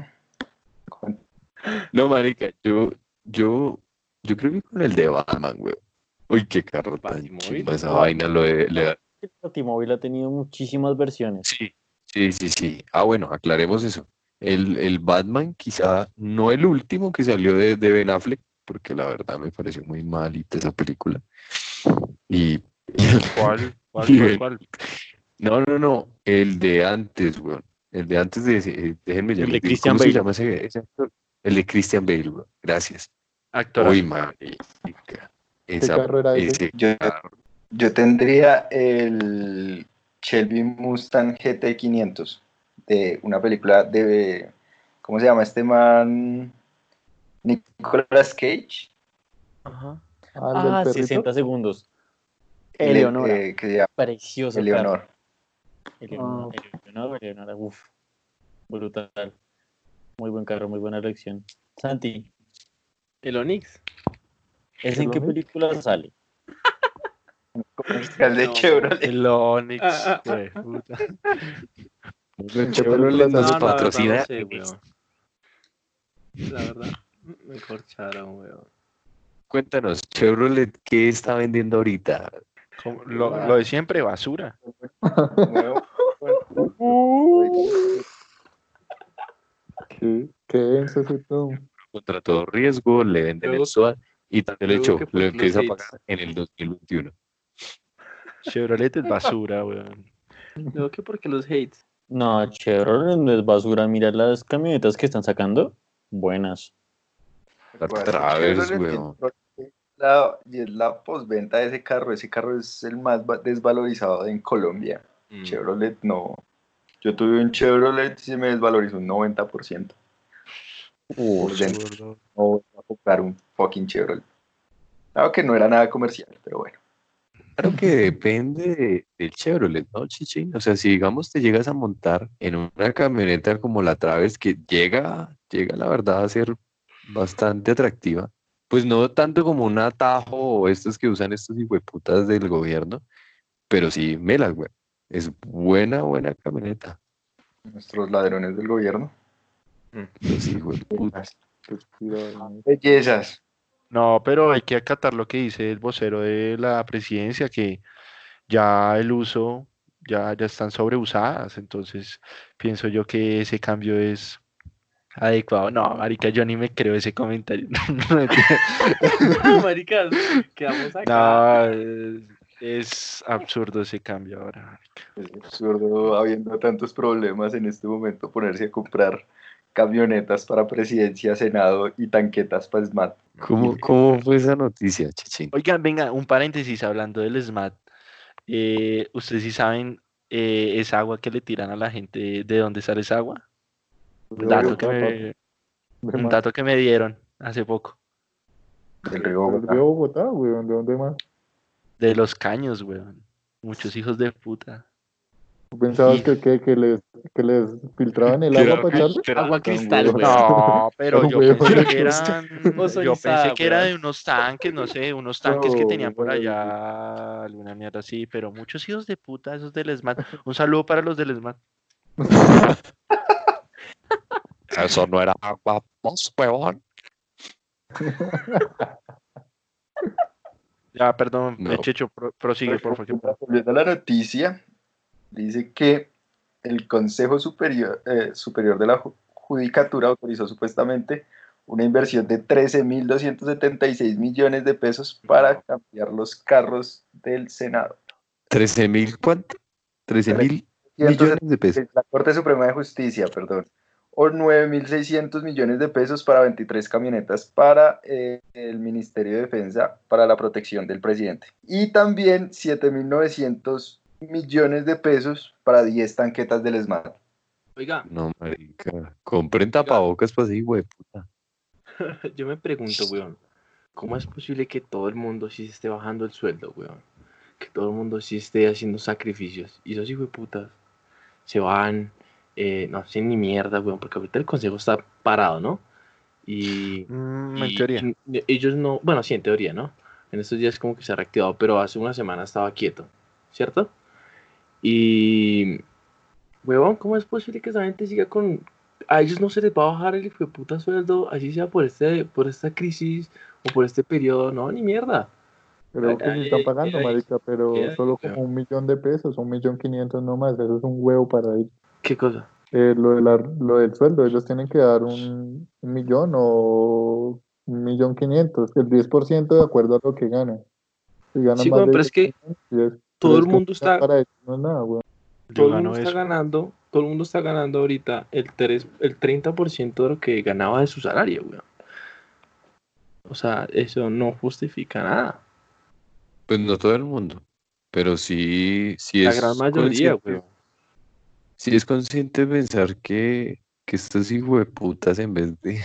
No, marica, yo, yo, yo creo que con el de Batman, weón. Uy, qué carro tan Batimóvil. chimba esa No, vaina, lo de, le da- El Batimóvil ha tenido muchísimas versiones. Sí, sí, sí, sí. Ah, bueno, aclaremos eso. El, el Batman, quizá no el último que salió de, de Ben Affleck, porque la verdad me pareció muy malita esa película. Y, y el- ¿Cuál? ¿Cuál? y ¿Cuál? el- ¿Cuál? no, no, no, el de antes, weón. El de antes de ese, eh, déjenme ya El les de digo, Christian ¿cómo se Bale. llama ese, ese actor? El de Christian Bale, weón. Gracias. Actorazo. Uy, marica. ¿Qué Esa, carro era ese? ese Yo, carro. yo tendría el Shelby Mustang G T quinientos de una película de. ¿Cómo se llama este man? Nicolas Cage. Ajá. Ah, el del Ah, perrito. sesenta segundos. El- Eleonora. eh, que se llama Precioso Eleonor. carro. Eleonora, Eleonora, Eleonora. Uf, brutal. Muy buen carro, muy buena elección. Santi, El Onix. ¿ese en qué ¿Onix? película sale? Comercial de No. Chevrolet. El Onix. Ah, ah, ah, güey, ah. puta. ¿En qué Chevrolet película nos sale? No, la verdad patrocina. no sé, weón. La verdad, me corcharon, weón. Cuéntanos, Chevrolet, ¿qué está vendiendo ahorita? Como Lo, lo de siempre, basura. Nuevo. ¿Qué? ¿Qué denso ese todo? Contra todo riesgo, le venden Luego- el S O A y también le luego echó, que lo porque los empieza a hates. pagar en el dos mil veintiuno. Chevrolet es basura, weón. Luego que porque los hates. No, Chevrolet no es basura. Mira las camionetas que están sacando. Buenas. La Recuerda que Traves, Chevrolet weón. es la, y es la postventa de ese carro. Ese carro es el más va- desvalorizado en Colombia. Mm. Chevrolet no. Yo tuve un Chevrolet y se me desvalorizó un noventa por ciento. Uf, Por dentro. Absurdo. No voy a comprar un fucking Chevrolet. Claro que no era nada comercial, pero bueno. Claro que depende de- del Chevrolet, ¿no, Chichín? O sea, si digamos te llegas a montar en una camioneta como la Traves, que llega, llega la verdad a ser bastante atractiva, pues no tanto como un Atajo o estos que usan estos hijueputas del gobierno, pero sí, Mela, güey. Es buena, buena camioneta. Nuestros ladrones del gobierno. Los hijueputas. Bellezas. No, pero hay que acatar lo que dice el vocero de la presidencia, que ya el uso, ya, ya están sobreusadas, entonces pienso yo que ese cambio es adecuado. No, marica, yo ni me creo ese comentario. No, mentira. Maricas, quedamos acá. No, es, es absurdo ese cambio ahora. Es absurdo, habiendo tantos problemas en este momento, ponerse a comprar camionetas para presidencia, senado y tanquetas para SMAT. ¿Cómo, cómo fue esa noticia, Chichín? Oigan, venga, un paréntesis hablando del SMAT. Eh, ¿ustedes sí saben eh, esa agua que le tiran a la gente, de dónde sale esa agua? Un dato que me, un dato que me dieron hace poco. Del río Del Bogotá. río Bogotá, weón. ¿De dónde más? De los caños, weón. Muchos hijos de puta. ¿Tú pensabas Y- que, que, que les, que les filtraban el Que era agua para echarle? Agua Tan cristal, huevón. weón. No, pero No, yo weón, pensé pero que qué eran, yo Ozonizada, pensé que era weón. de unos tanques, no sé, unos tanques que No, tenían por weón. allá, alguna mierda así, pero muchos hijos de puta, esos del SMAT. Un saludo para los del SMAT. Eso no era agua, vos, huevón. Ya, perdón, No. eh, Checho, pro- prosigue, por favor. Volviendo a la noticia, dice que el Consejo Superior, eh, Superior de la Ju- Judicatura autorizó supuestamente una inversión de trece mil doscientos setenta y seis millones de pesos para cambiar los carros del Senado. ¿trece mil cuánto? trece mil millones de pesos. La Corte Suprema de Justicia, perdón. O nueve mil seiscientos millones de pesos para veintitrés camionetas para eh, el Ministerio de Defensa para la protección del presidente. Y también siete mil novecientos millones de pesos para diez tanquetas del ESMAD. Oiga, No, marica. Compren tapabocas para así, güey, puta. yo me pregunto, weón, ¿cómo es posible que todo el mundo sí se esté bajando el sueldo, weón? Que todo el mundo sí esté haciendo sacrificios. Y esos hijos de putas se van, eh, no hacen ni mierda, weón, porque ahorita el consejo está parado, ¿no? Y, Mm, y- en teoría. y ellos no, bueno, sí, en teoría, ¿no? En estos días como que se ha reactivado, pero hace una semana estaba quieto, ¿cierto? Y, weón, ¿cómo es posible que esa gente siga con... A ellos no se les va a bajar el hijo de puta sueldo, así sea por este, por esta crisis o por este periodo, no, ni mierda. Creo que sí están pagando, Ay, ay, marica, pero ay, solo weón. como un millón de pesos, un millón quinientos nomás, eso es un huevo para ellos. ¿Qué cosa? Eh, lo, de la- lo del sueldo, ellos tienen que dar un, un millón o un millón quinientos, el diez por ciento de acuerdo a lo que ganan. Si ganan Sí, más weón, de pero es que diez millones, diez, todo pero el es que mundo un millón está, para ellos no es nada, weón. todo Yo el mundo gano está eso. ganando, todo el mundo está ganando ahorita el tres, el treinta por ciento de lo que ganaba de su salario, weón. O sea, eso no justifica nada. Pues no todo el mundo, pero sí, sí La gran es mayoría, consciente, weón. sí es consciente de pensar que, que estos hijos de putas en vez de,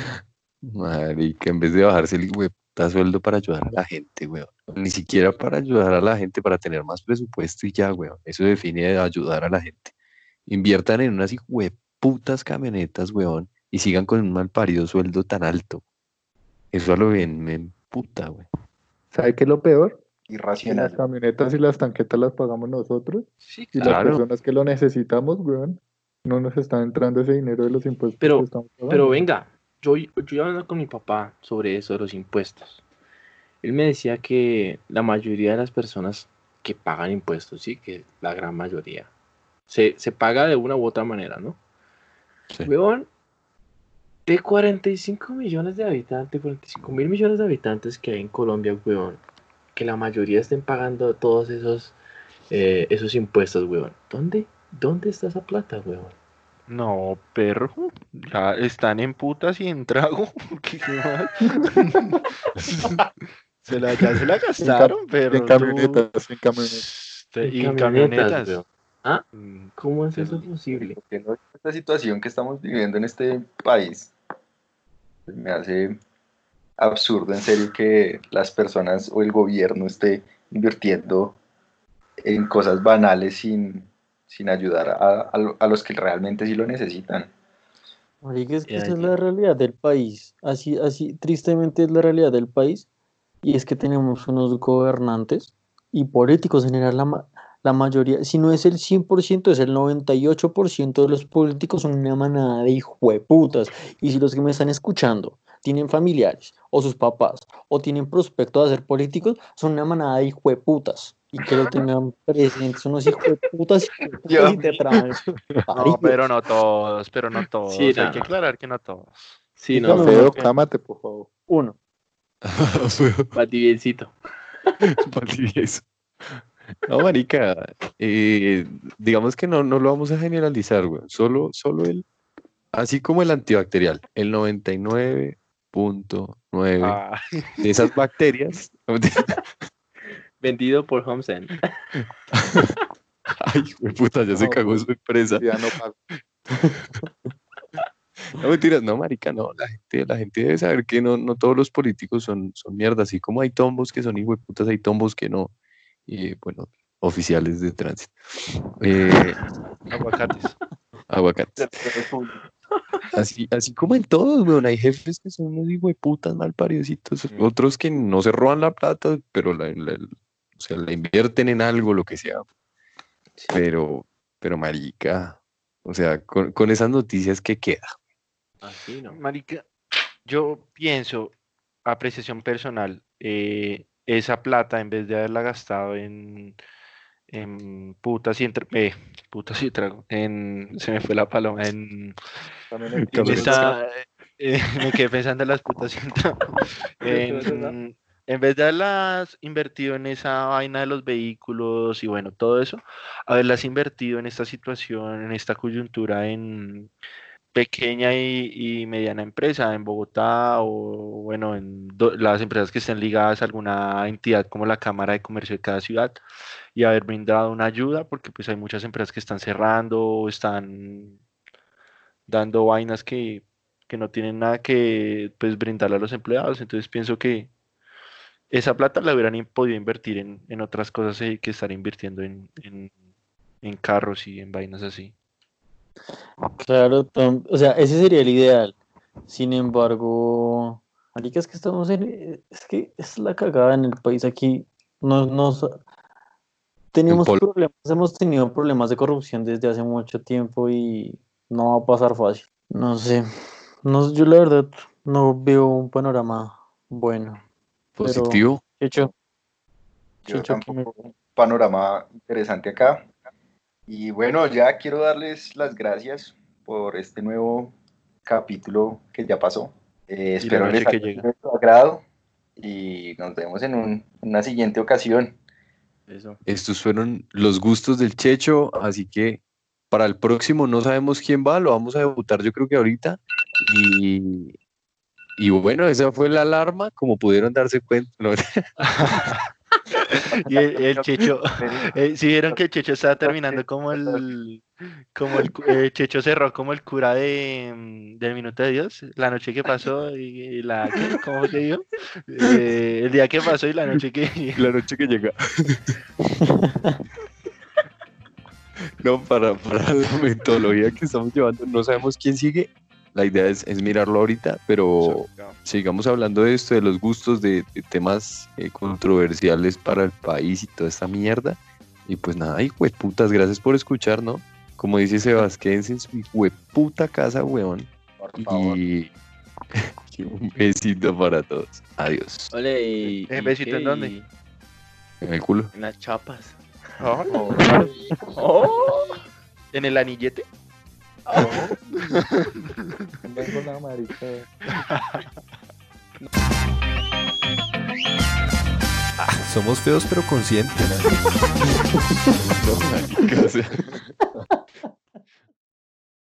marica, en vez de bajarse el hijo de puta sueldo para ayudar a la gente, weón. Ni siquiera para ayudar a la gente, para tener más presupuesto y ya, weón. Eso define ayudar a la gente. Inviertan en unas hijo de putas camionetas, weón, y sigan con un mal parido sueldo tan alto. Eso a lo bien me puta, weón. ¿Sabe qué es lo peor? Que las Irracional. camionetas y las tanquetas las pagamos nosotros Sí, y las claro. Claro. personas que lo necesitamos, weón, no nos está entrando ese dinero de los impuestos Pero, que estamos pagando. pero venga, yo, yo iba hablando con mi papá sobre eso de los impuestos. Él me decía que la mayoría de las personas que pagan impuestos, sí, que la gran mayoría, se, se paga de una u otra manera, ¿no? Sí. Weón, de cuarenta y cinco millones de habitantes, cuarenta y cinco mil millones de habitantes que hay en Colombia, weón, que la mayoría estén pagando todos esos, eh, esos impuestos, weón. ¿Dónde? ¿Dónde está esa plata, weón? No, perro. Ya están en putas y en trago. ¿Qué, qué más? Se la, ya se la gastaron, Y perro. en camionetas, en camionetas. Tú- En Y en camionetas, camionetas. weón. ¿Ah? Mm, ¿Cómo es eso El- posible? Entiendo esta situación que estamos viviendo en este país. Pues me hace absurdo, en serio, que las personas o el gobierno esté invirtiendo en cosas banales sin, sin ayudar a, a lo- a los que realmente sí lo necesitan. Marica, es que Ya, esa es ya. la realidad del país. Así, así, tristemente es la realidad del país. Y es que tenemos unos gobernantes y políticos en general, la, ma- la mayoría, si no es el cien por ciento, es el noventa y ocho por ciento de los políticos son una manada de hijueputas. Y si los que me están escuchando tienen familiares, o sus papás, o tienen prospecto de ser políticos, son una manada de hijueputas. Y que lo tengan presentes, unos hijueputas, hijueputas Dios y te mío. traen. No, pero no todos, pero no todos. Sí, Hay no, que no. aclarar que no todos. Sí, Dígame no, uno, Alfredo, que- cámate, por favor. uno. Batibiencito. Valdivieso. No, marica, eh, digamos que no, no lo vamos a generalizar, güey. Solo, solo el, así como el antibacterial, el noventa y nueve punto nueve Ah, de esas bacterias. Vendido por Homesen. Ay, güey, puta, ya se No, cagó su empresa. Ya no pago. No mentiras, no, marica, no. La gente, la gente debe saber que no, no todos los políticos son, son mierda. Así como hay tombos que son hijueputas, hay tombos que no. Y bueno, oficiales de tránsito. Eh, aguacates. aguacates. Así, así como en todos, weón, hay jefes que son unos hijueputas mal pariositos, Mm. otros que no se roban la plata, pero la, la- o sea, la invierten en algo, lo que sea. Pero, pero marica, o sea, con, con esas noticias que queda. Así, ¿no? Marica, yo pienso, apreciación personal, eh, esa plata en vez de haberla gastado en, en putas y entre, eh, putas y trago, en, se me fue la paloma, en, También en Camionetas. esta, eh, me quedé pensando en las putas. en, en vez de haberlas invertido en esa vaina de los vehículos y bueno, todo eso, haberlas invertido en esta situación, en esta coyuntura, en pequeña y, y mediana empresa en Bogotá o bueno, en do- las empresas que estén ligadas a alguna entidad como la Cámara de Comercio de cada ciudad y haber brindado una ayuda, porque pues hay muchas empresas que están cerrando o están dando vainas que, que no tienen nada que pues brindarle a los empleados. Entonces pienso que esa plata la hubieran in- podido invertir en, en otras cosas eh, que estar invirtiendo en, en, en carros y en vainas así. Claro, Tom, o sea, ese sería el ideal. Sin embargo, marica, es que estamos en, es que es la cagada en el país aquí. Nos, nos En tenemos Pol- problemas, hemos tenido problemas de corrupción desde hace mucho tiempo y no va a pasar fácil. No sé, no, yo la verdad no veo un panorama bueno, pero positivo. Checho, Yo Checho, ¿qué me- tampoco un panorama interesante acá. Y bueno, ya quiero darles las gracias por este nuevo capítulo que ya pasó. Eh, Y la espero les noche que haya llega. sido de su agrado y nos vemos en un- una siguiente ocasión. Eso. Estos fueron los gustos del Checho, así que para el próximo no sabemos quién va, lo vamos a debutar yo creo que ahorita. Y, y bueno, esa fue la alarma, como pudieron darse cuenta. ¿No? Y el, el Checho, eh, si vieron que el Checho estaba terminando como el, como el, cu- eh, Checho cerró como el cura de, mm, del Minuto de Dios, la noche que pasó y, y la, ¿qué? ¿Cómo te digo? Eh, el día que pasó y la noche que... La noche que llega. No, para, para la metodología que estamos llevando, no sabemos quién sigue. La idea es, es mirarlo ahorita, pero sigamos hablando de esto, de los gustos, de, de temas eh, controversiales para el país y toda esta mierda. Y pues nada, hijueputas, gracias por escuchar, ¿no? Como dice Sebas, quédense en su hijueputa casa, weón. Por favor. Y y un besito para todos. Adiós. Ole, y, ¿En y besito qué, en dónde? y En el culo. en las chapas. Oh, Oh. ¿en el anillete? Vengo la marica. Somos feos pero conscientes. No, marica, o sea,